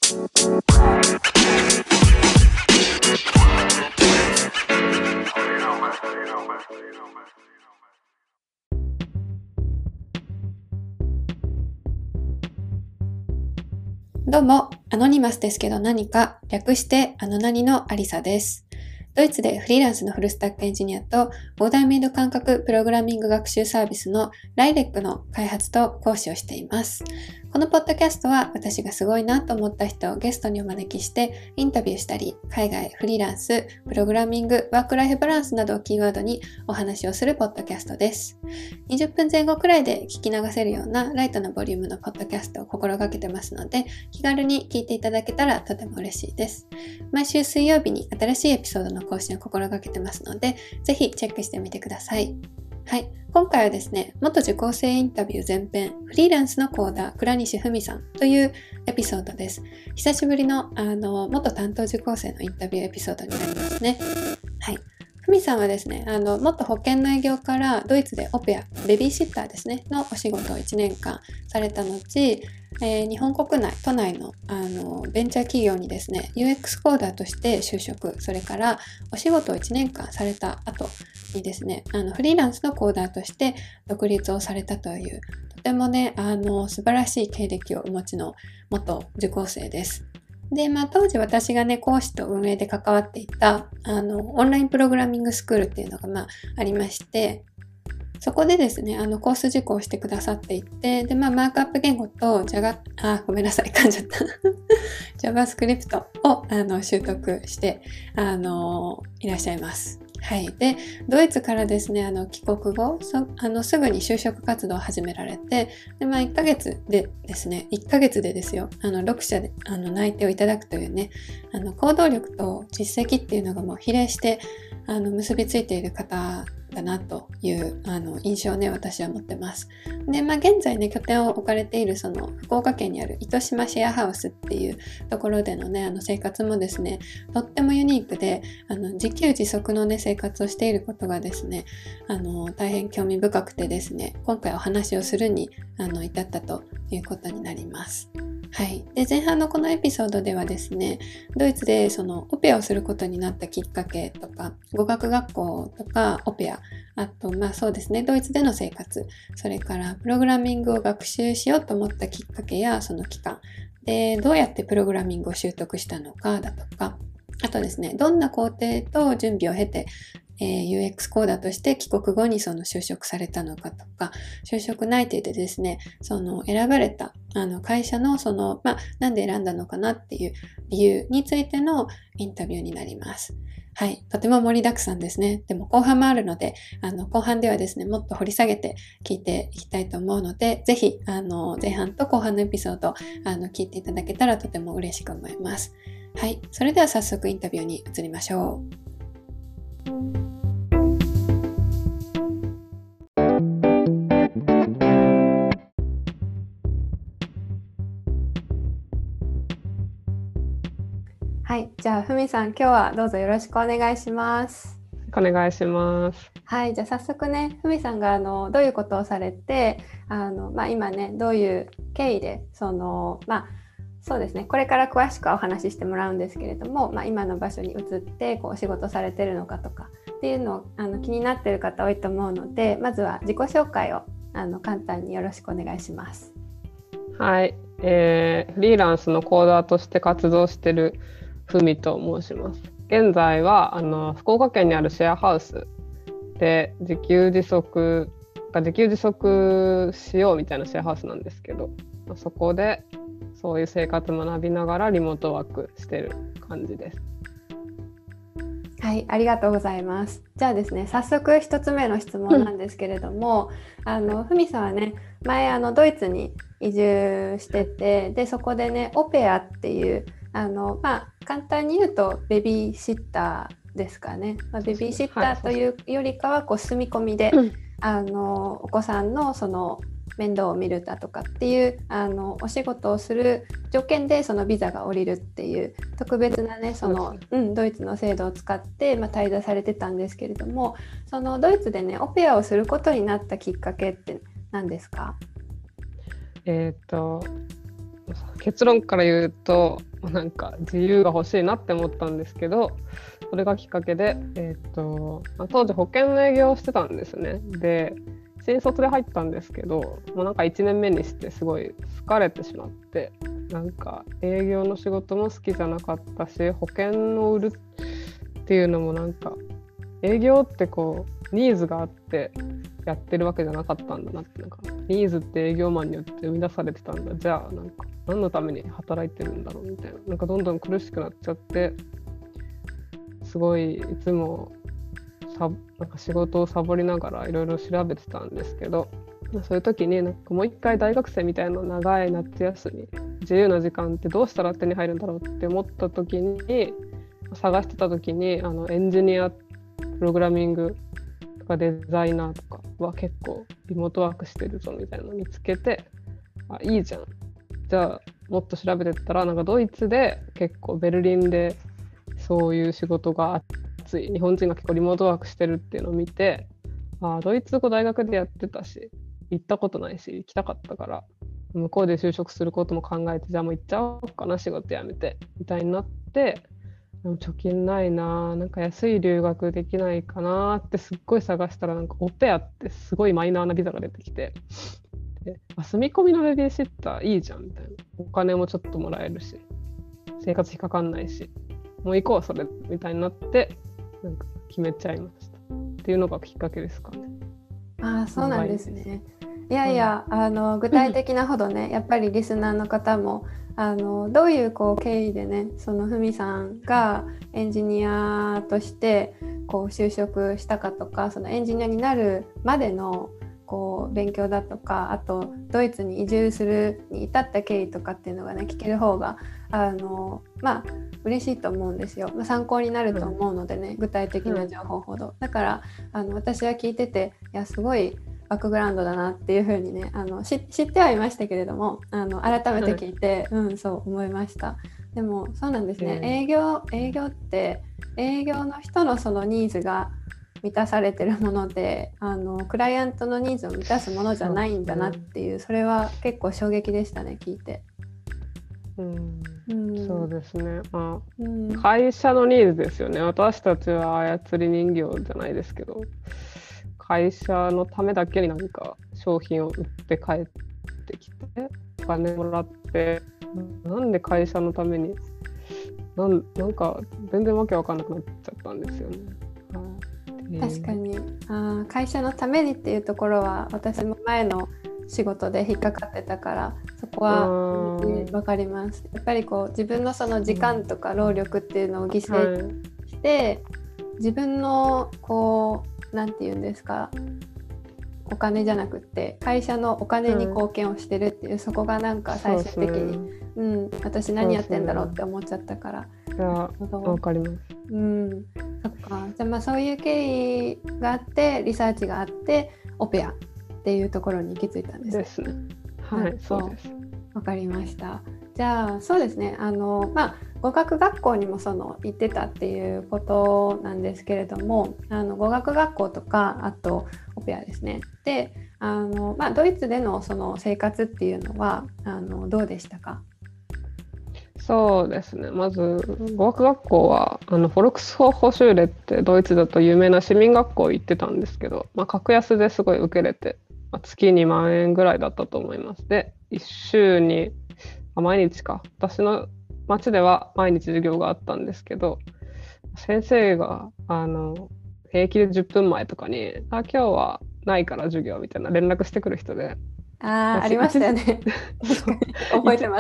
どうも、アノニマスですけど何か、略してアノナニのアリサです。ドイツでフリーランスのフルスタックエンジニアとオーダーメイド感覚プログラミング学習サービスのライレックの開発と講師をしています。このポッドキャストは私がすごいなと思った人をゲストにお招きしてインタビューしたり、海外、フリーランス、プログラミング、ワークライフバランスなどをキーワードにお話をするポッドキャストです。20分前後くらいで聞き流せるようなライトなボリュームのポッドキャストを心がけてますので、気軽に聞いていただけたらとても嬉しいです。毎週水曜日に新しいエピソードの更新を心がけてますので、ぜひチェックしてみてください。はい、今回はですね、元受講生インタビュー前編、フリーランスのコーダー、倉西文さんというエピソードです。久しぶりの、元担当受講生のインタビューエピソードになりますね。はい。文さんはですね、元保険の営業からドイツでオペア、ベビーシッターですね、のお仕事を1年間された後、日本国内、都内の、ベンチャー企業にですね、UX コーダーとして就職、それからお仕事を1年間された後にですね、フリーランスのコーダーとして独立をされたという、とてもね、素晴らしい経歴をお持ちの元受講生です。で、当時私がね、講師と運営で関わっていた、オンラインプログラミングスクールっていうのが、ありまして、そこでですね、コース受講してくださっていて、で、マークアップ言語とごめんなさい、噛んじゃった。JavaScript を、習得して、いらっしゃいます。はい。で、ドイツからですね、帰国後、すぐに就職活動を始められて、で、1ヶ月でですよ、6社で、内定をいただくというね、行動力と実績っていうのがもう比例して、結びついている方だなという印象をね、私は持ってます。で、現在ね、拠点を置かれているその福岡県にある糸島シェアハウスっていうところでのね、生活もですね、とってもユニークで、自給自足のね、生活をしていることがですね、大変興味深くてですね、今回お話をするに至ったということになります。はい。で、前半のこのエピソードではですね、ドイツでそのオペアをすることになったきっかけとか、語学学校とかオペア、あと、そうですね、ドイツでの生活、それからプログラミングを学習しようと思ったきっかけやその期間、で、どうやってプログラミングを習得したのかだとか、あとですね、どんな工程と準備を経て、UX コーダーとして帰国後にその就職されたのかとか、就職内定でですね、その選ばれた会社のその、なんで選んだのかなっていう理由についてのインタビューになります。はい。とても盛りだくさんですね。でも後半もあるので、後半ではですね、もっと掘り下げて聞いていきたいと思うので、ぜひ、前半と後半のエピソード、聞いていただけたらとても嬉しく思います。はい。それでは早速インタビューに移りましょう。はい。じゃあ、ふみさん、今日はどうぞよろしくお願いします。 お願いします。 はい。じゃあ、早速ね、ふみさんがどういうことをされて、今ね、どういう経緯で、そうですね、これから詳しくはお話ししてもらうんですけれども、今の場所に移ってお仕事されてるのかとかっていうのを気になっている方多いと思うので、まずは自己紹介を簡単によろしくお願いします。 はい。フリーランスのコーダーとして活動しているふみと申します。現在は福岡県にあるシェアハウスで自給自足しようみたいなシェアハウスなんですけど、そこでそういう生活を学びながらリモートワークしてる感じです。 はい、ありがとうございます。じゃあですね、早速1つ目の質問なんですけれども、ふみさんはね、前ドイツに移住してて、でそこでね、オペアっていう簡単に言うとベビーシッターですかね。ベビーシッターというよりかは住み込みで、お子さんのその面倒を見るだとかっていうお仕事をする条件でそのビザが下りるっていう特別なねドイツの制度を使って、滞在されてたんですけれども、そのドイツでねオペアをすることになったきっかけって何ですか？ 結論から言うとなんか自由が欲しいなって思ったんですけど、それがきっかけで、当時保険の営業をしてたんですね。で新卒で入ったんですけど、もうなんか1年目にしてすごい疲れてしまって、なんか営業の仕事も好きじゃなかったし、保険を売るっていうのもなんか営業ってこうニーズがあってやってるわけじゃなかったんだなって、なんかニーズって営業マンによって生み出されてたんだ、じゃあなんか何のために働いてるんだろうみたいな、なんかどんどん苦しくなっちゃって、すごいいつもなんか仕事をサボりながらいろいろ調べてたんですけど、そういう時になんかもう一回大学生みたいな長い夏休み、自由な時間ってどうしたら手に入るんだろうって思った時に、探してた時にエンジニア、プログラミングとかデザイナーとかは結構リモートワークしてるぞみたいなのを見つけて、いいじゃん、じゃあもっと調べてったら、なんかドイツで結構ベルリンでそういう仕事が熱い、日本人が結構リモートワークしてるっていうのを見て、ドイツ語大学でやってたし行ったことないし行きたかったから、向こうで就職することも考えて、じゃあもう行っちゃおうかな、仕事辞めてみたいになって、でも貯金ないな、なんか安い留学できないかなってすっごい探したら、なんかオペアってすごいマイナーなビザが出てきて、で住み込みのベビーシッターいいじゃんみたいな、お金もちょっともらえるし生活費かかんないし、もう行こうそれみたいになって、なんか決めちゃいましたっていうのがきっかけですかね。 そうなんですね。いやいや、具体的なほどね、やっぱりリスナーの方もどういう経緯でね、そのふみさんがエンジニアとして就職したかとか、そのエンジニアになるまでの勉強だとか、あとドイツに移住するに至った経緯とかっていうのがね、聞ける方が嬉しいと思うんですよ。参考になると思うのでね、具体的な情報ほど。だから私は聞いてて、いやすごいバックグラウンドだなっていう風にね、知ってはいましたけれども、改めて聞いて、そう思いました。でもそうなんですね、営業って営業の人のそのニーズが満たされてるもので、クライアントのニーズを満たすものじゃないんだなっていう、それは結構衝撃でしたね、聞いて。 そうですね、会社のニーズですよね。私たちは操り人形じゃないですけど、会社のためだけに何か商品を売って帰ってきてお金もらって、なんで会社のためになんか全然わけわかんなくなっちゃったんですよね。 確かに会社のためにっていうところは私も前の仕事で引っかかってたから、そこは分かります。やっぱり自分のその時間とか労力っていうのを犠牲して、自分のなんていうんですか、お金じゃなくって会社のお金に貢献をしてるっていう、そこがなんか最終的に、私何やってんだろうって思っちゃったから。 わかります。 そっか。じゃあそういう経緯があって、リサーチがあって、オペアっていうところに行き着いたんですね。 ですね。はい、そうです。 わかりました。じゃあそうですね、語学学校にも行ってたっていうことなんですけれども、語学学校とかあとオペアですね。でドイツでのその生活っていうのはどうでしたか？ そうですね、まず語学学校はフォルクスホーホシューレってドイツだと有名な市民学校行ってたんですけど、格安ですごい受けれて、月2万円ぐらいだったと思います。で1週に毎日か、私の町では毎日授業があったんですけど、先生が平気で10分前とかに今日はないから授業みたいな連絡してくる人で、 ありましたよね。確かに覚えてます。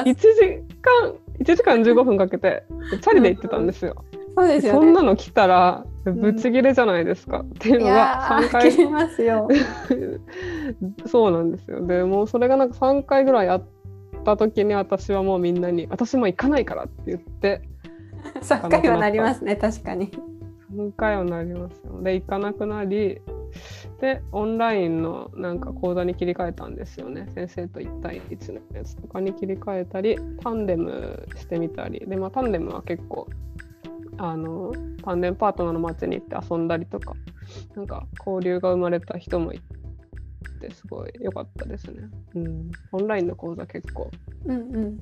1時間15分かけてチャリで行ってたんですよ。 そうですよね。 そんなの来たらブチギレじゃないですか、っていうのが3回。 切れますよ。 そうなんですよ。でもうそれがなんか3回ぐらいあった時に、私はもうみんなに私も行かないからって言って 3回はなりますね。確かに 3回はなりますよ。で行かなくなり、でオンラインのなんか講座に切り替えたんですよね。先生と1対1のやつとかに切り替えたり、タンデムしてみたりで、タンデムは結構タンデムパートナーの町に行って遊んだりとか、なんか交流が生まれた人もいてすごい良かったですね。オンラインの講座結構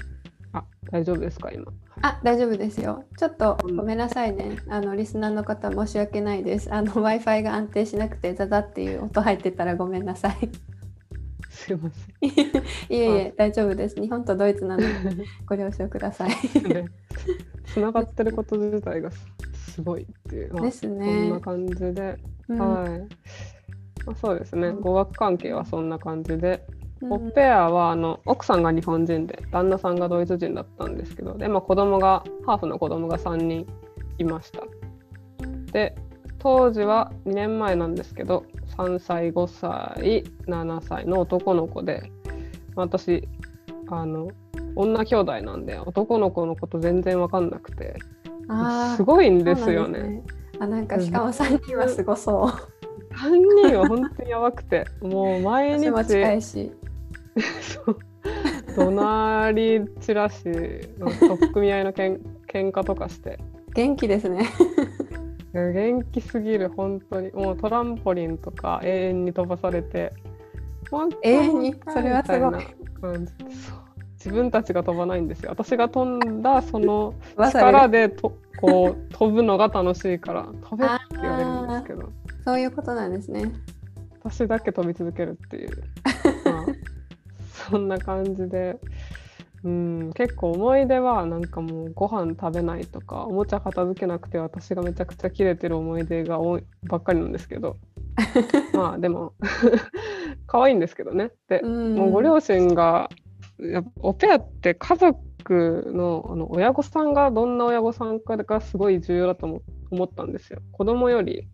あ、大丈夫ですか今。 あ、大丈夫ですよ。ちょっとごめんなさいね。リスナーの方申し訳ないです。Wi-Fi が安定しなくてザザっていう音入ってたらごめんなさい。 すいません。 いえいえ、大丈夫です。日本とドイツなのでご了承ください。 つながってること自体がすごいっていう、まあ、 ですね。 そんな感じで、はい。まあ、そうですね。語学関係はそんな感じで、オペアは奥さんが日本人で旦那さんがドイツ人だったんですけど、で、まあ、ハーフの子供が3人いました。で、当時は2年前なんですけど、3歳、5歳、7歳の男の子で、私女兄弟なんで男の子のこと全然分かんなくて、すごいんですよね。 なんかしかも3人はすごそう。 3人は本当にやばくて、もう毎日私も近いしそう怒鳴り散らし取っ組み合いの喧嘩とかして元気ですね。 元気すぎる。本当にもうトランポリンとか永遠に飛ばされて、 永遠に、それはすごい感じ。そう、自分たちが飛ばないんですよ。私が飛んだその力でこう飛ぶのが楽しいから飛べって言われるんですけど、 そういうことなんですね。 私だけ飛び続けるっていう、まあ、そんな感じで、結構思い出はなんかもうご飯食べないとかおもちゃ片付けなくて私がめちゃくちゃキレてる思い出が多いばっかりなんですけどまあでも可愛いんですけどね。で、もうご両親がやっぱオペアって家族の、親御さんがどんな親御さんかがすごい重要だと思ったんですよ。子供より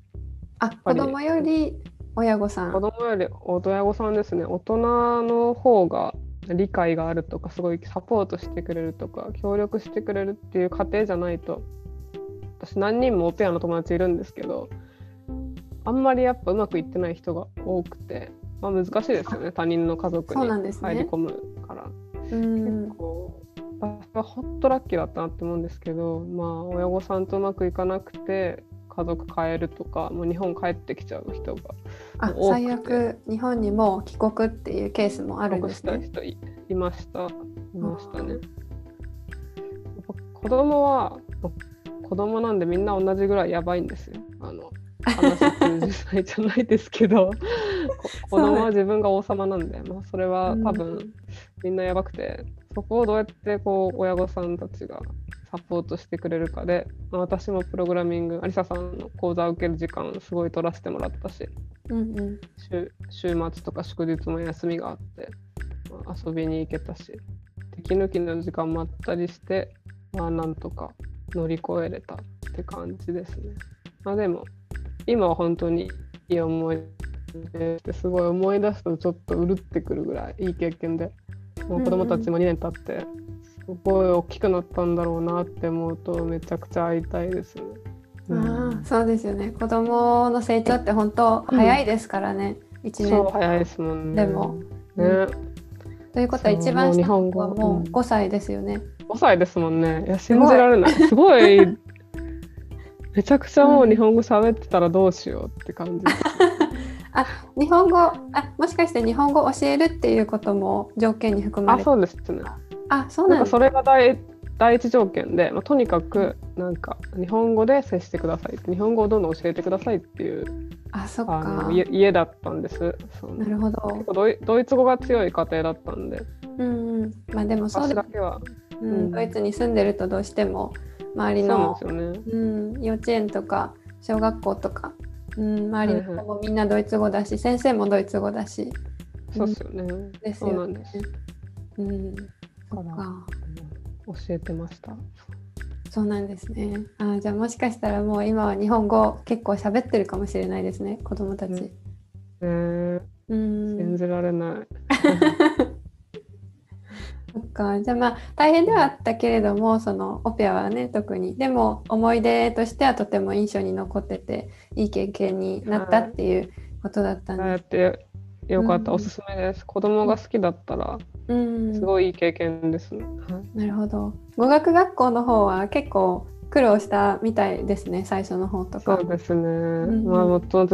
親御さん。 子供より親御さんですね。大人の方が理解があるとか、すごいサポートしてくれるとか協力してくれるっていう家庭じゃないと。私何人もオペアの友達いるんですけど、あんまりやっぱうまくいってない人が多くて、まあ、難しいですよね。他人の家族に入り込むから、結構私はほんとラッキーだったなって思うんですけど、まあ親御さんとうまくいかなくて家族変えるとか、もう日本帰ってきちゃう人が多くて、 最悪日本にも帰国っていうケースもあるんですね。 帰国した人いましたね。子供なんでみんな同じぐらいやばいんですよ。話通じないじゃないですけど子供は自分が王様なんで、まあ、それは多分みんなやばくて、そこをどうやってこう親御さんたちがサポートしてくれるかで、まあ、私もプログラミング、アリサさんの講座を受ける時間すごい取らせてもらったし、週末とか祝日も休みがあって、まあ、遊びに行けたし、息抜きの時間もあったりして、まあ、なんとか乗り越えれたって感じですね。まあ、でも今は本当にいい思い出して、すごい思い出すとちょっとうるってくるぐらいいい経験で、もう子供たちも2年経ってすごい大きくなったんだろうなって思うとめちゃくちゃ会いたいですね。 そうですよね。子供の成長って本当早いですからね。1年。 そう早いですもんね。 でも、ということは一番下の子はもう5歳ですよね。 5歳ですもんね。いや信じられない。すごいめちゃくちゃもう日本語喋ってたらどうしようって感じです。 日本語もしかして日本語教えるっていうことも条件に含まれて。 そうですね。 そうなんです。 それが第一条件で、まあ、とにかくなんか日本語で接してください、日本語をどんどん教えてくださいっていうそっか家だったんです。 なるほど。 結構ドイツ語が強い家庭だったんで、 まあでもそうです。 私だけは、 ドイツに住んでるとどうしても周りの、 そうですよね。 幼稚園とか小学校とか、周りの子もみんなドイツ語だし、先生もドイツ語だし。 そうですよね。 ですよね。 そうなんです。 そっか。 教えてました。 そうなんですね。じゃあもしかしたらもう今は日本語結構喋ってるかもしれないですね、子供たち。 信じられない。 そっか。じゃあまあ大変ではあったけれども、そのオペアはね特に、でも思い出としてはとても印象に残ってていい経験になったっていうことだったんです。 よかった、おすすめです。子供が好きだったらすごいいい経験ですね。 なるほど。語学学校の方は結構苦労したみたいですね、最初の方とか。 そうですね。まあもと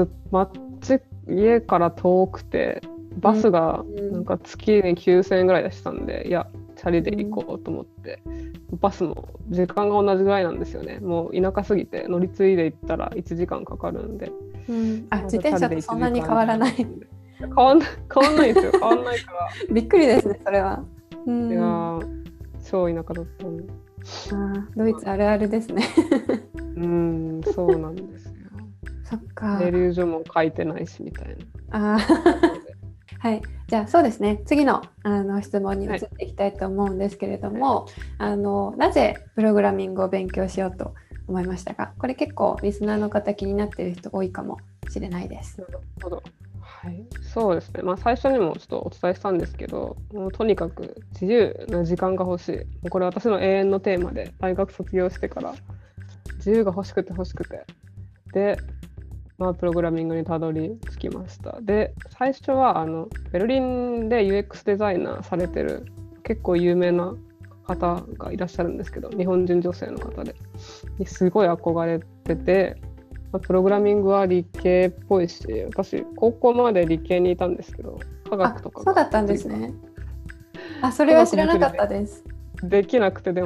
家から遠くてバスがなんか月に9000円ぐらいでしたんで、いやチャリで行こうと思って、バスも時間が同じぐらいなんですよね。もう田舎すぎて乗り継いで行ったら1時間かかるんで、 自転車とそんなに変わらない。 変わんないですよ。変わんないからびっくりですね、それは。 いや超田舎だったんで。 ドイツあるあるですね。 そうなんですよ。 そっか。 レビュー所も書いてないしみたいな。はい、じゃあそうですね、次の、質問に移っていきたいと思うんですけれども、なぜプログラミングを勉強しようと思いましたか？これ結構リスナーの方気になっている人多いかもしれないです。 なるほど。はい、そうですね、最初にもちょっとお伝えしたんですけど、もうとにかく自由な時間が欲しい。もうこれ私の永遠のテーマで、大学卒業してから自由が欲しくてで、プログラミングにたどり着きました。で、最初はベルリンで UX デザイナーされてる結構有名な方がいらっしゃるんですけど、日本人女性の方ですごい憧れてて、プログラミングは理系っぽいし、私高校まで理系にいたんですけど、科学とかそうだったんですね。それは知らなかったです。 できなくて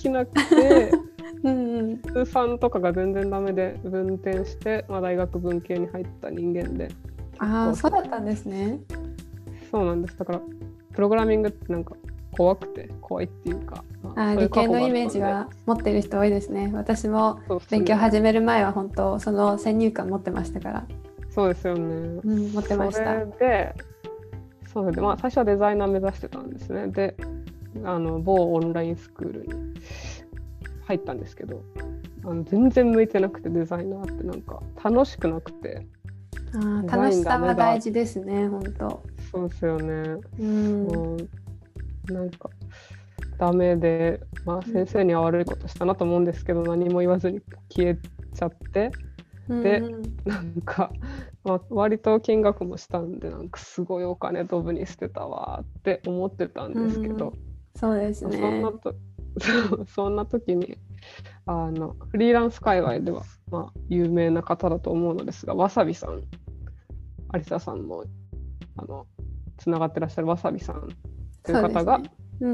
通算とかが全然ダメで分転して、大学文系に入った人間で。 そうだったんですね。 そうなんです。だからプログラミングってなんか怖いっていうか、 理系のイメージは持ってる人多いですね。私も勉強始める前は本当その先入観持ってましたから。 そうですよね。 持ってました。 それで最初はデザイナー目指してたんですね。で、某オンラインスクールに入ったんですけど、全然向いてなくて、デザイナーってなんか楽しくなくて。 楽しさは大事ですね、本当。 そうですよね。なんかダメで、先生には悪いことしたなと思うんですけど、何も言わずに消えちゃって、で、なんか、割と金額もしたんで、なんかすごいお金ドブに捨てたわって思ってたんですけど、 そうですね。 そんな時にフリーランス界隈では、有名な方だと思うのですが、わさびさん、有沙さんもつながってらっしゃるわさびさんという方が、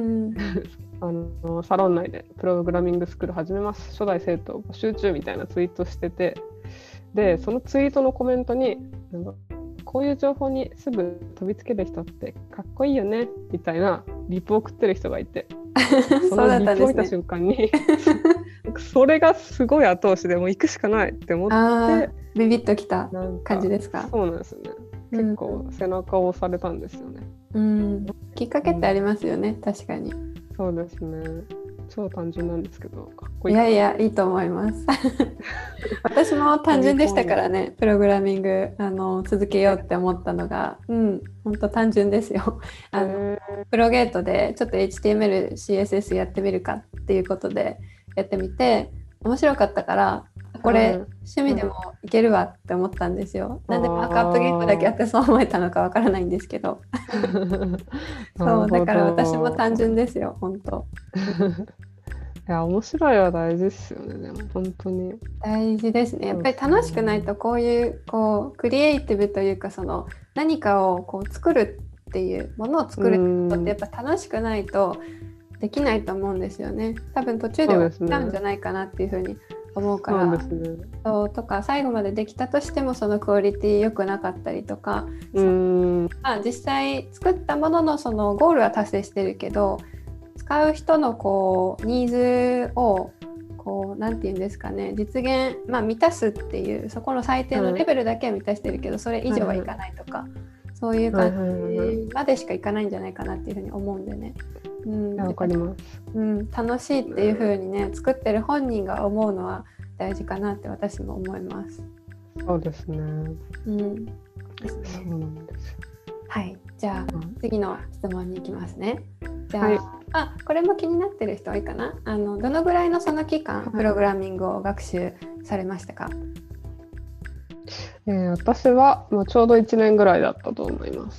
サロン内でプログラミングスクール始めます、初代生徒募集中みたいなツイートしてて、でそのツイートのコメントにこういう情報にすぐ飛びつける人ってかっこいいよねみたいなリプを送ってる人がいて、そのリプを見た瞬間にそれがすごい後押しでもう行くしかないって思ってビビッときた感じですか？ そうなんですよね。結構背中を押されたんですよね。 きっかけってありますよね、確かに。 そうですね。超単純なんですけどかっこいい。 いやいいと思います私も単純でしたからね、プログラミング続けようって思ったのが本当単純ですよプロゲートでちょっと HTML、CSS やってみるかっていうことでやってみて面白かったから、これ趣味でもいけるわって思ったんですよ。なんでマークアップ言語だけやってそう思えたのかわからないんですけどそうだから私も単純ですよ、本当いや面白いは大事ですよね。でも本当に大事ですね。やっぱり楽しくないとこういうクリエイティブというか、その何かを作るっていうものを作ることってやっぱ楽しくないとできないと思うんですよね。多分途中で終わっちゃうんじゃないかなっていうふうに思うから、そうとか最後までできたとしてもそのクオリティ良くなかったりとか、実際作ったもののそのゴールは達成してるけど、使う人のニーズをなんていうんですかね、実現、満たすっていうそこの最低のレベルだけは満たしてるけど、それ以上はいかないとか、そういう感じまでしかいかないんじゃないかなっていうふうに思うんでね。 わかります。 楽しいっていうふうにね、作ってる本人が思うのは大事かなって私も思います。 そうですね。 そうなんですよ。はい、じゃあ次の質問に行きますね。じゃあ、これも気になってる人多いかな。どのぐらいのその期間プログラミングを学習されましたか？ 私はちょうど1年ぐらいだったと思います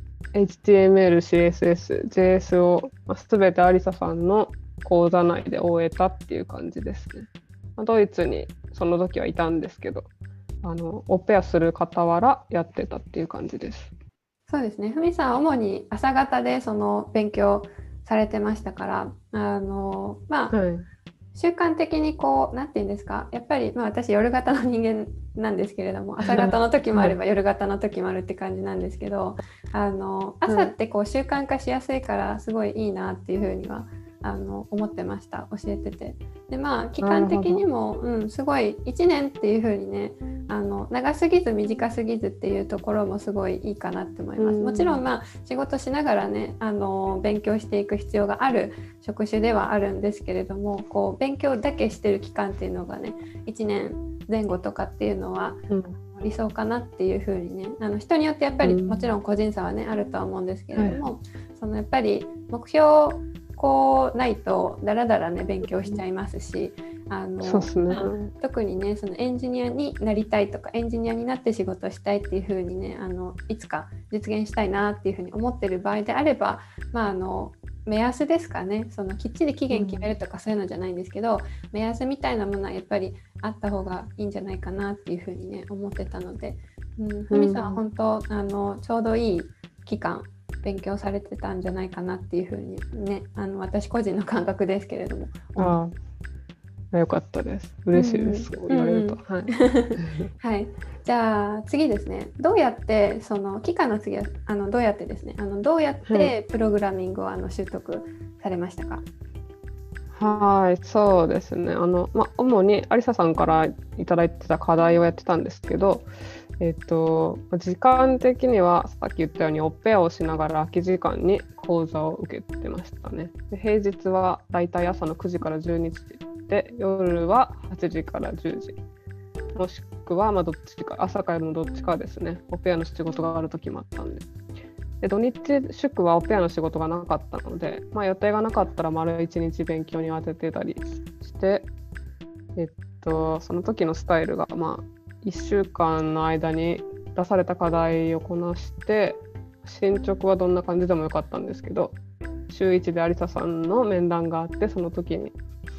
。HTML、CSS、JS を全て有沙さんの講座内で終えたっていう感じですね。ドイツにその時はいたんですけど、オペアする傍らやってたっていう感じです。 そうですね。ふみさんは主に朝方でその勉強されてましたから、まあ、 はい。 習慣的にこう、なんていうんですか、やっぱり、まあ、私夜型の人間なんですけれども、朝型の時もあはい。 れば夜型の時もあるって感じなんですけど、朝はい。 ってこう習慣化しやすいからすごいいいなっていうふうには思ってました、教えてて。でまあ期な間るほど。 的にも、すごい1年っていうふうにね、長すぎず短すぎずっていうところもすごいいいかなって思います。もちろんまあ仕事しながらね、勉強していく必要がある職種ではあるんですけれども、こう勉強だけしてる期間っていうのがね、1年前後とかっていうのはうん。 理想かなっていうふうにね、人によってやっぱりもちろん個人差はねあるとは思うんですけれはい。 ども、そのやっぱり目標こうないとだらだらね勉強しちゃいますし、 そうですね。 特にねそのエンジニアになりたいとかエンジニアになって仕事したいっていう風にねいつか実現したいなっていう風に思ってる場合であれば、まあ目安ですかね、そのきっちり期限決めるとかそういうのじゃないんですけど、目安みたいなものはやっぱりあった方がいいんじゃないかなっていう風にね思ってたので、ふみさんは本当ちょうどいい期間勉強されてたんじゃないかなっていう風にね、私個人の感覚ですけれどもああ、よかったです。嬉しいです。そう言われると。はい。 はい、じゃあ次ですね、どうやってその期間の次はどうやってですねどうやっはい。 てプログラミングを習得されましたか？ はい、そうですね。主にアリサさんからいただいてた課題をやってたんですけど、時間的にはさっき言ったようにオペアをしながら空き時間に講座を受けてましたね。で平日はだいたい朝の9時から12時で、夜は8時から10時。もしくはどっちか、朝か夜のどっちかですね。オペアの仕事がある時もあったんで。で土日祝はオペアの仕事がなかったので、予定がなかったら丸一日勉強に当ててたりして、その時のスタイルが、1週間の間に出された課題をこなして、進捗はどんな感じでもよかったんですけど、週1で有沙さんの面談があって、その時に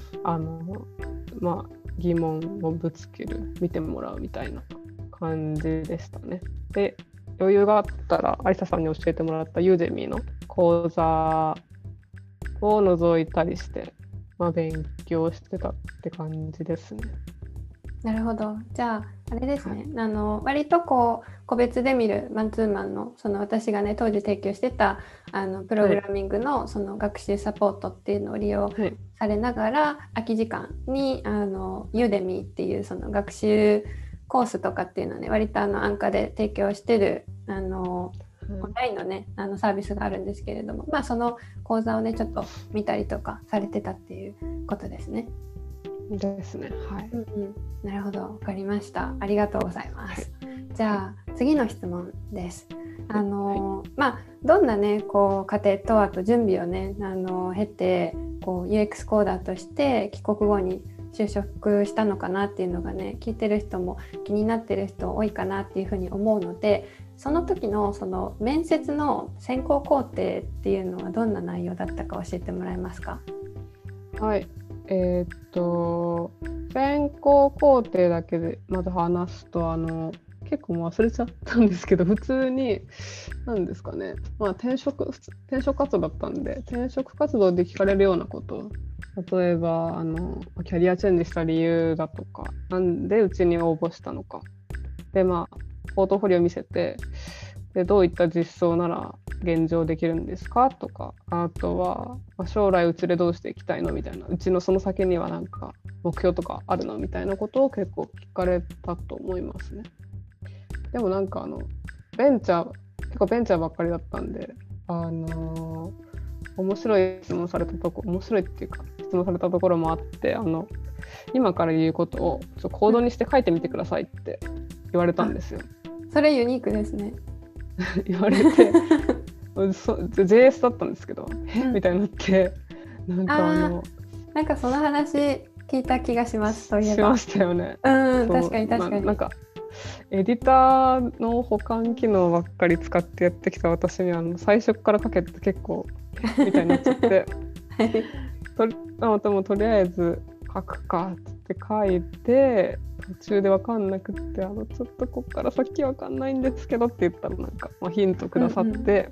疑問をぶつける、見てもらうみたいな感じでしたね。で余裕があったら有沙さんに教えてもらったユーデミーの講座を覗いたりして、勉強してたって感じですね。 なるほど。じゃああれですね、 はい、 割とこう個別で見るマンツーマンのその私がね当時提供してたプログラミングのその学習サポートっていうのを利用はい、 されながら、空き時間にユーデミーっていうその学習コースとかっていうのはね割と安価で提供してるオンラインのねサービスがあるんですけれども、その講座をねちょっと見たりとかされてたっていうことですね。 ですね。はい。 なるほど、わかりました。ありがとうございまはい。 す。じゃあ次の質問です。 はい。 どんなねこう過程とあと準備をね経てこう UX コーダーとして帰国後に就職したのかなっていうのがね聞いてる人も気になってる人多いかなっていうふうに思うので、その時のその面接の選考工程っていうのはどんな内容だったか教えてもらえますか？ はい。選考工程だけでまず話すと、結構忘れちゃったんですけど、普通に何ですかね、転職活動だったんで、転職活動で聞かれるようなこと、例えばキャリアチェンジした理由だとか、なんでうちに応募したのか、でポートフォリオ見せて、でどういった実装なら現状できるんですかとか、あとは、将来うちでどうしていきたいのみたいな、うちのその先にはなんか目標とかあるのみたいなことを結構聞かれたと思いますね。でもなんか結構ベンチャーばっかりだったんで、面白い面白いっていうか質問されたところもあって、今から言うことをコードにして書いてみてくださいって言われたんですよ。 それユニークですね。 言われてJS だったんですけど、みたいになって、なんかその話聞いた気がします。そういえばしましたよね。 確かに確かに。 なんかエディターの保管機能ばっかり使ってやってきた私に最初から書けって結構みたいになっちゃってはい、 でもとりあえず書くかって書いて、途中で分かんなくってちょっとこっから先分かんないんですけどって言ったらヒントくださって、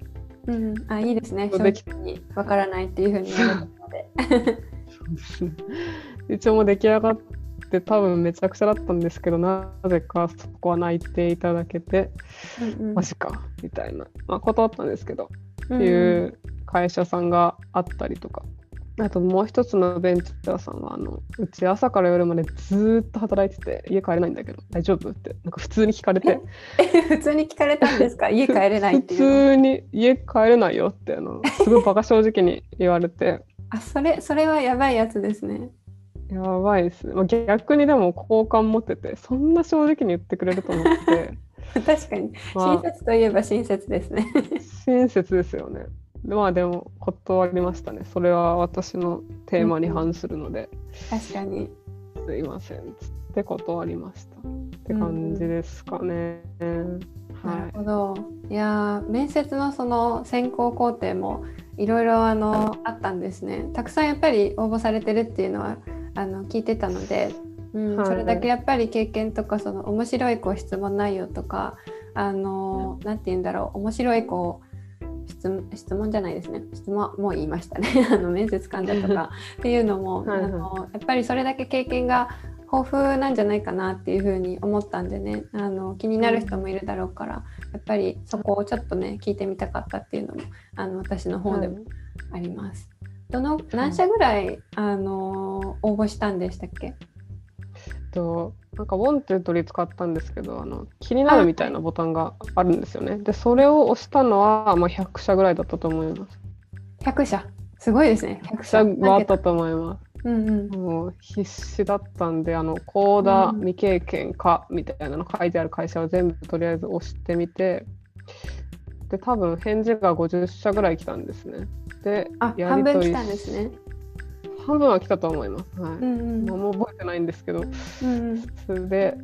うん、あ、いいですね。正でき直にわからないっていうふうに言われたので。 一応もう出来上がって多分めちゃくちゃだったんですけど、なぜかそこは泣いていただけて、マジかみたいな、まあ、断ったんですけど、っていう会社さんがあったりとか、あともう一つのベンチャーさんはうち朝から夜までずーっと働いてて家帰れないんだけど大丈夫ってなんか普通に聞かれて普通に聞かれたんですか？家帰れないっていうの。 普通に家帰れないよってすごいバカ正直に言われてあ、それはやばいやつですね。 やばいですね、まあ、逆にでも好感持っててそんな正直に言ってくれると思って確かに、 まあ、 親切といえば親切ですね。 親切ですよね。まあでも断りましたね。それは私のテーマに反するので、 確かに。 すいませんつって断りましたって感じですかね。 なるほど。いや面接のその選考工程もいろいろあったんですね。たくさんやっぱり応募されてるっていうのは聞いてたので、それだけやっぱり経験とかその面白い質問内容とかなんて言うんだろう、面白い質問じゃないですね。質問もう言いましたね。面接官だとかっていうのもやっぱりそれだけ経験が豊富なんじゃないかなっていうふうに思ったんでね、気になる人もいるだろうから、やっぱりそこをちょっとね聞いてみたかったっていうのも私の方でもあります。何社ぐらい応募したんでしたっけ？ なんかウォンテッドに使ったんですけど気になるみたいなボタンがあるんですよね。でそれを押したのは、まあ、100社ぐらいだったと思います。 100社すごいですね。 100社はあったと思います。もう必死だったんでコーダ未経験かみたいなの書いてある会社を全部とりあえず押してみて、で多分返事が50社ぐらい来たんですね。で半分来たんですね。 半分は来たと思います。はい。もう覚えてないんですけど、それで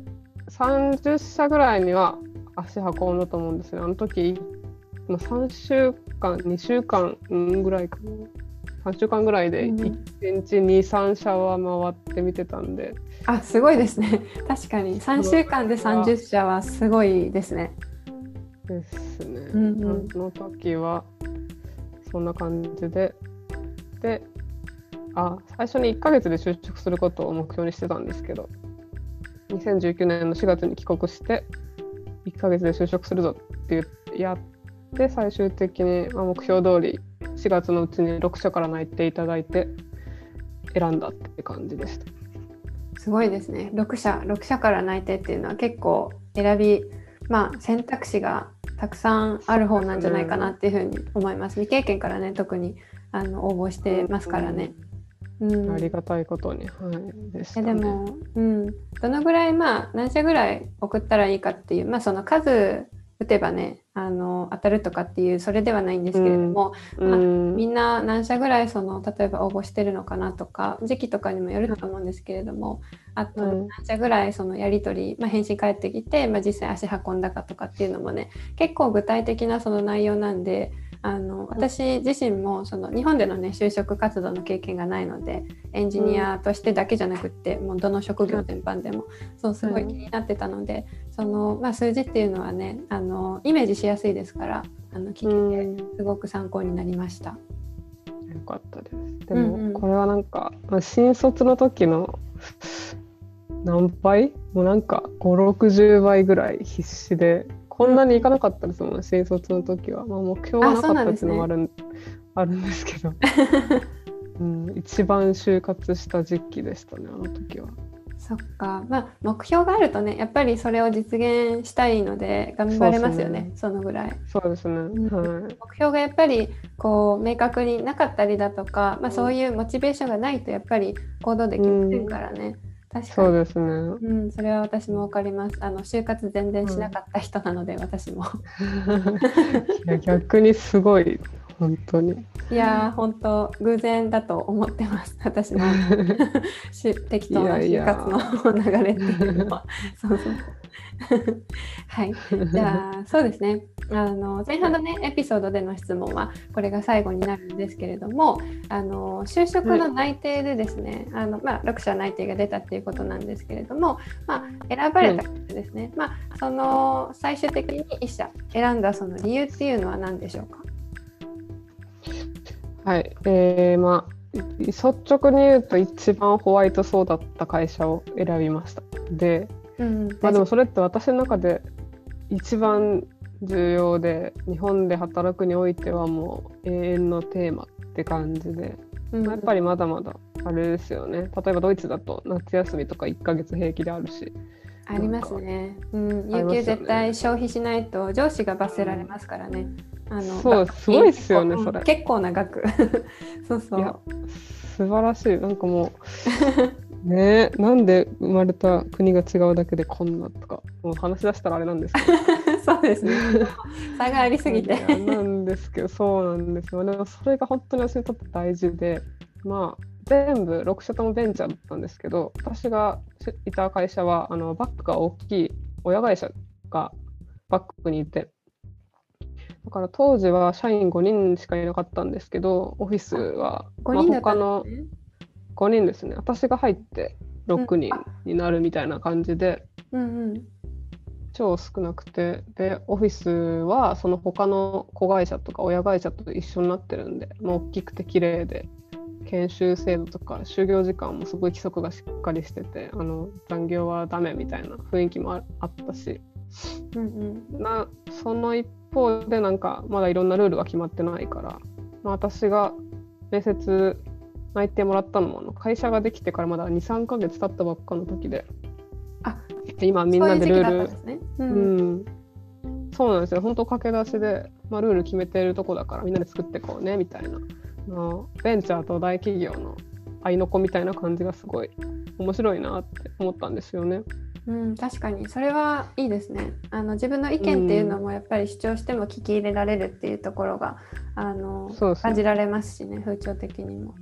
30社ぐらいには足運んだと思うんですね。あの時3週間2週間ぐらいかな、3週間ぐらいで1日2、3社は回ってみてたんで、 すごいですね。確かに3週間で30社はすごいですね。 ですね。その時はそんな感じで最初に1ヶ月で就職することを目標にしてたんですけど、2019年の4月に帰国して1ヶ月で就職するぞってやって最終的に目標通り4月のうちに6社から内定いただいて選んだって感じでした。 すごいですね。6社から内定っていうのは結構選択肢がたくさんある方なんじゃないかなっていうふうに思います。未経験からね特に応募してますからね。 ありがたいことに、でしたね。 でも、どのぐらい何社ぐらい送ったらいいかっていう、その数打てばね当たるとかっていうそれではないんですけれども、みんな何社ぐらい例えば応募してるのかなとか時期とかにもよると思うんですけれども、あと何社ぐらいやり取り、返信返ってきて、実際足運んだかとかっていうのもね結構具体的な内容なんで、私自身も日本でのね就職活動の経験がないのでエンジニアとしてだけじゃなくってもうどの職業全般でもすごい気になってたので、数字っていうのはねイメージしやすいですから聞いてすごく参考になりました。 よかったです。でもこれはなんか新卒の時の何倍もうなんか5、60倍ぐらい必死でこんなにいかなかったですもん、新卒の時は。目標がなかったっていうのもあるんですけど一番就活した時期でしたね、あの時は。 そっか、目標があるとねやっぱりそれを実現したいので頑張れますよね、そのぐらい。 そうですね、 目標がやっぱり明確になかったりだとか、そういうモチベーションがないとやっぱり行動できませんからね。確かにそうですね、 それは私も分かります。就活全然しなかった人なので、私もいや逆にすごい本当に。 いや本当偶然だと思ってます私の適当な就活の流れっていうのは。はい、じゃあそうですね、前半のねエピソードでの質問はこれが最後になるんですけれども、就職の内定でですね、6社内定が出たっていうことなんですけれども、選ばれた方ですね、最終的に1社選んだその理由っていうのは何でしょうか？ はい、まあ率直に言うと一番ホワイトそうだった会社を選びました。で、まあでもそれって私の中で一番重要で、日本で働くにおいてはもう永遠のテーマって感じで、やっぱりまだまだあれですよね。例えばドイツだと夏休みとか1ヶ月平気であるし。 ありますね。有給ありますよね。 絶対消費しないと上司が罰せられますからね。 そう、すごいですよね、それ。 結構な額。そうそう。 いや、素晴らしい。なんかもうね、なんで生まれた国が違うだけでこんなとか、もう話し出したらあれなんですけど。 そうですね。差がありすぎて。 なんですけど、そうなんですよね。でもそれが本当に私にとって大事で、まあ全部6社ともベンチャーだったんですけど、私がいた会社はバックが大きい親会社がバックにいて、だから当時は社員5人しかいなかったんですけど、オフィスは 5人だった他の5人ですね。私が入って6人になるみたいな感じで、超少なくて、でオフィスはその他の子会社とか親会社と一緒になってるんで、もう大きくて綺麗で、研修制度とか就業時間もすごい規則がしっかりしてて、残業はダメみたいな雰囲気もあったし、その一方でなんかまだいろんなルールが決まってないから、私が面接内定もらったのも会社ができてからまだ 2,3 ヶ月経ったばっかの時で、今みんなでルール、そうなんですよ。本当駆け出しで、ルール決めてるとこだからみんなで作ってこうねみたいな、ベンチャーと大企業の合いの子みたいな感じがすごい面白いなって思ったんですよね。 確かにそれはいいですね。自分の意見っていうのもやっぱり主張しても聞き入れられるっていうところが感じられますしね、風潮的にも。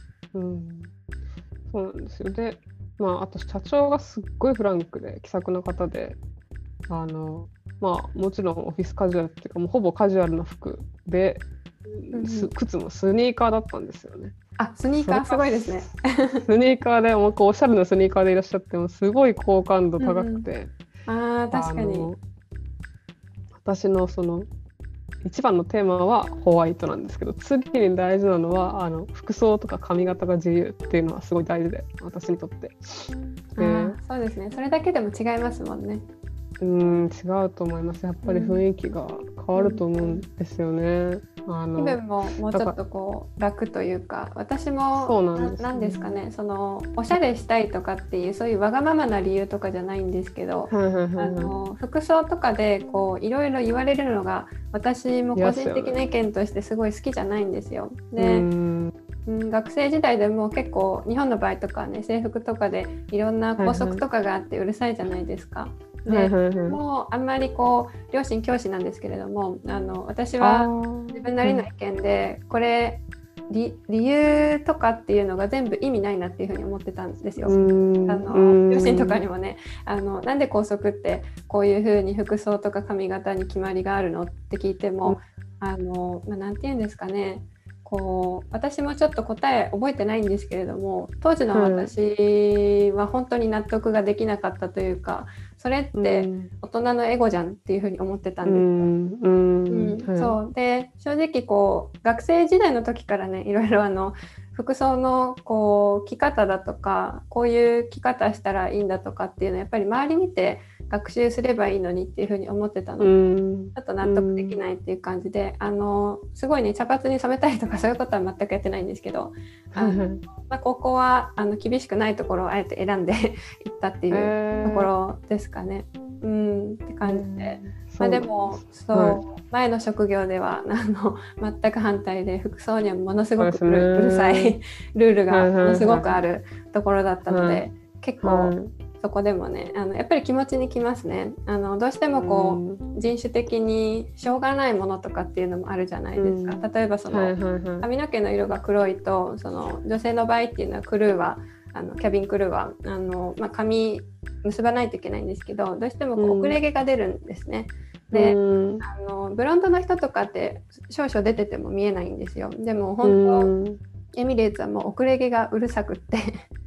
そうなんですよ。で、あと社長がすっごいフランクで気さくな方で、もちろんオフィスカジュアルっていうかもうほぼカジュアルな服で、靴もスニーカーだったんですよね。 スニーカーすごいですね。 スニーカーでもうおしゃれなスニーカーでいらっしゃってもすごい好感度高くて、 確かに私のその一番のテーマはホワイトなんですけど、次に大事なのは服装とか髪型が自由っていうのはすごい大事で、私にとって。 そうですね。それだけでも違いますもんね。 違うと思います。やっぱり雰囲気が変わると思うんですよね。 気分ももうちょっとこう楽というか、私も何ですかね、そのおしゃれしたいとかっていうそういうわがままな理由とかじゃないんですけど、服装とかでこういろいろ言われるのが私も個人的な意見としてすごい好きじゃないんですよ。で、学生時代でも結構日本の場合とかね、制服とかでいろんな校則とかがあってうるさいじゃないですか。でもうあんまりこう両親教師なんですけれども、私は自分なりの意見でこれ理由とかっていうのが全部意味ないなっていうふうに思ってたんですよ。両親とかにもね、なんで校則ってこういうふうに服装とか髪型に決まりがあるのって聞いても、なんて言うんですかね、こう私もちょっと答え覚えてないんですけれども、当時の私は本当に納得ができなかったというか、それって大人のエゴじゃんっていうふうに思ってたんですよ。そうで、正直こう学生時代の時からね、いろいろ服装のこう着方だとか、こういう着方したらいいんだとかっていうのはやっぱり周り見て学習すればいいのにっていうふうに思ってたので、ちょっと納得できないっていう感じで、すごいね、茶髪に染めたりとかそういうことは全くやってないんですけど、ここは厳しくないところをあえて選んでいったっていうところですかね。って感じで、でも前の職業では全く反対で、服装にはものすごくうるさいルールがものすごくあるところだったので、結構そこでもね、やっぱり気持ちにきますね。どうしてもこう人種的にしょうがないものとかっていうのもあるじゃないですか。例えばその髪の毛の色が黒いと、その女性の場合っていうのはクルーはキャビンクルーは髪結ばないといけないんですけど、どうしてもこう遅れ毛が出るんですね。で、ブロンドの人とかって少々出てても見えないんですよ。でも本当エミレーツはもう遅れ毛がうるさくって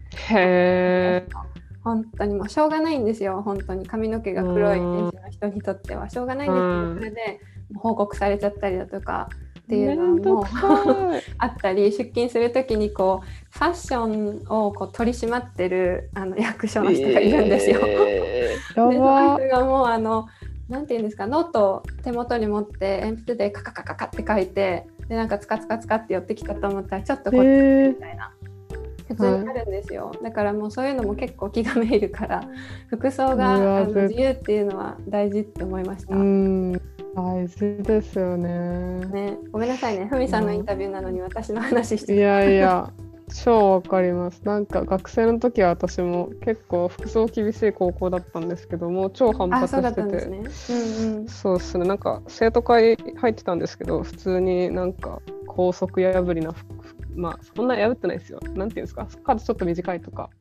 本当にもうしょうがないんですよ。本当に髪の毛が黒い人種の人にとってはしょうがないんですけど、それで報告されちゃったりだとか、 っていうのもあったり、出勤するときにこうファッションをこう取り締まってる役所の人がいるんですよ。でその人がもうなんていうんですか、ノートを手元に持って鉛筆でカカカカカって書いて、でなんかツカツカツカって寄ってきたと思ったらちょっとこっちみたいな、普通にあるんですよ。だからもうそういうのも結構気がめいるから、服装が自由っていうのは大事って思いました。 大事ですよね。 ごめんなさいね、ふみさんのインタビューなのに私の話していやいや超わかります。なんか学生の時は私も結構服装厳しい高校だったんですけども、超反発してて、そうですね、なんか生徒会入ってたんですけど、普通になんか校則破りな服、まあそんな破ってないですよ。なんていうんですか、スカートちょっと短いとか、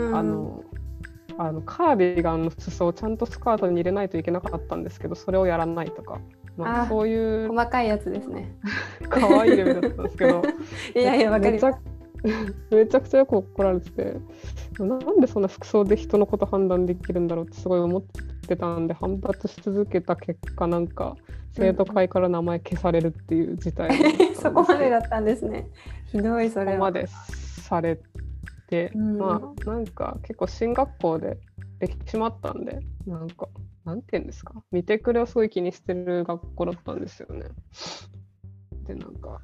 カーディガンの裾をちゃんとスカートに入れないといけなかったんですけど、それをやらないとか、そういう細かいやつですね。 可愛いレベルだったんですけどいやいや、わかります。 めちゃくちゃよく怒られてて、なんでそんな服装で人のこと判断できるんだろうってすごい思ってたんで、反発し続けた結果、なんか生徒会から名前消されるっていう事態そこまでだったんですね。ひどい、それは。 そこまでされて、まあなんか結構進学校で歴史もあったんで、なんかなんていうんですか、見てくれをすごい気にしてる学校だったんですよね。でなんか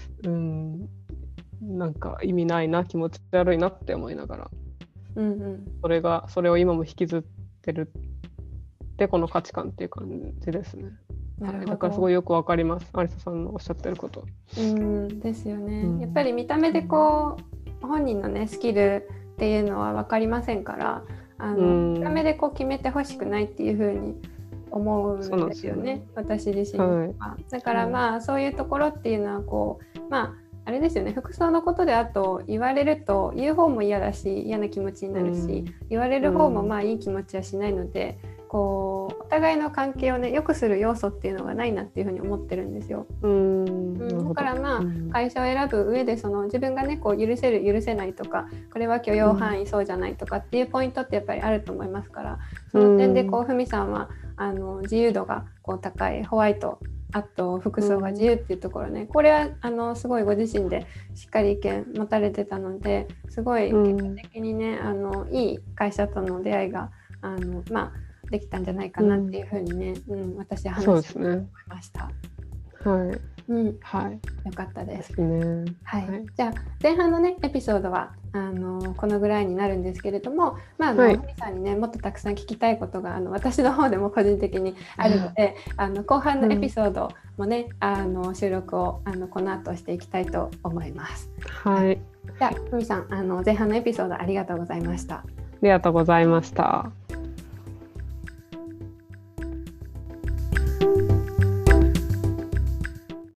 なんか意味ないな、気持ち悪いなって思いながら、それを今も引きずってるってこの価値観っていう感じですね。だからすごいよくわかります、アリサさんのおっしゃってること。 ですよね。やっぱり見た目でこう本人のねスキルっていうのは分かりませんから、見た目でこう決めてほしくないっていうふうに思うんですよね、私自身は。だからまあそういうところっていうのはこうあれですよね、服装のことであと言われると言う方も嫌だし嫌な気持ちになるし、言われる方もまあいい気持ちはしないので、こうお互いの関係をね良くする要素っていうのがないなっていうふうに思ってるんですよ。だからまあ会社を選ぶ上でその自分がねこう許せる許せないとか、これは許容範囲そうじゃないとかっていうポイントってやっぱりあると思いますから、その点でこうふみさんは自由度がこう高いホワイト、あと服装が自由っていうところね、これはすごいご自身でしっかり意見持たれてたので、すごい結果的にねいい会社との出会いができたんじゃないかなっていうふうにね、私は話して思いました。よかったです。じゃあ前半のねエピソードはこのぐらいになるんですけれども、ふみさんにねもっとたくさん聞きたいことが私の方でも個人的にあるので、後半のエピソードもね収録をこの後していきたいと思います。じゃあふみさん前半のエピソードありがとうございました。 ありがとうございました。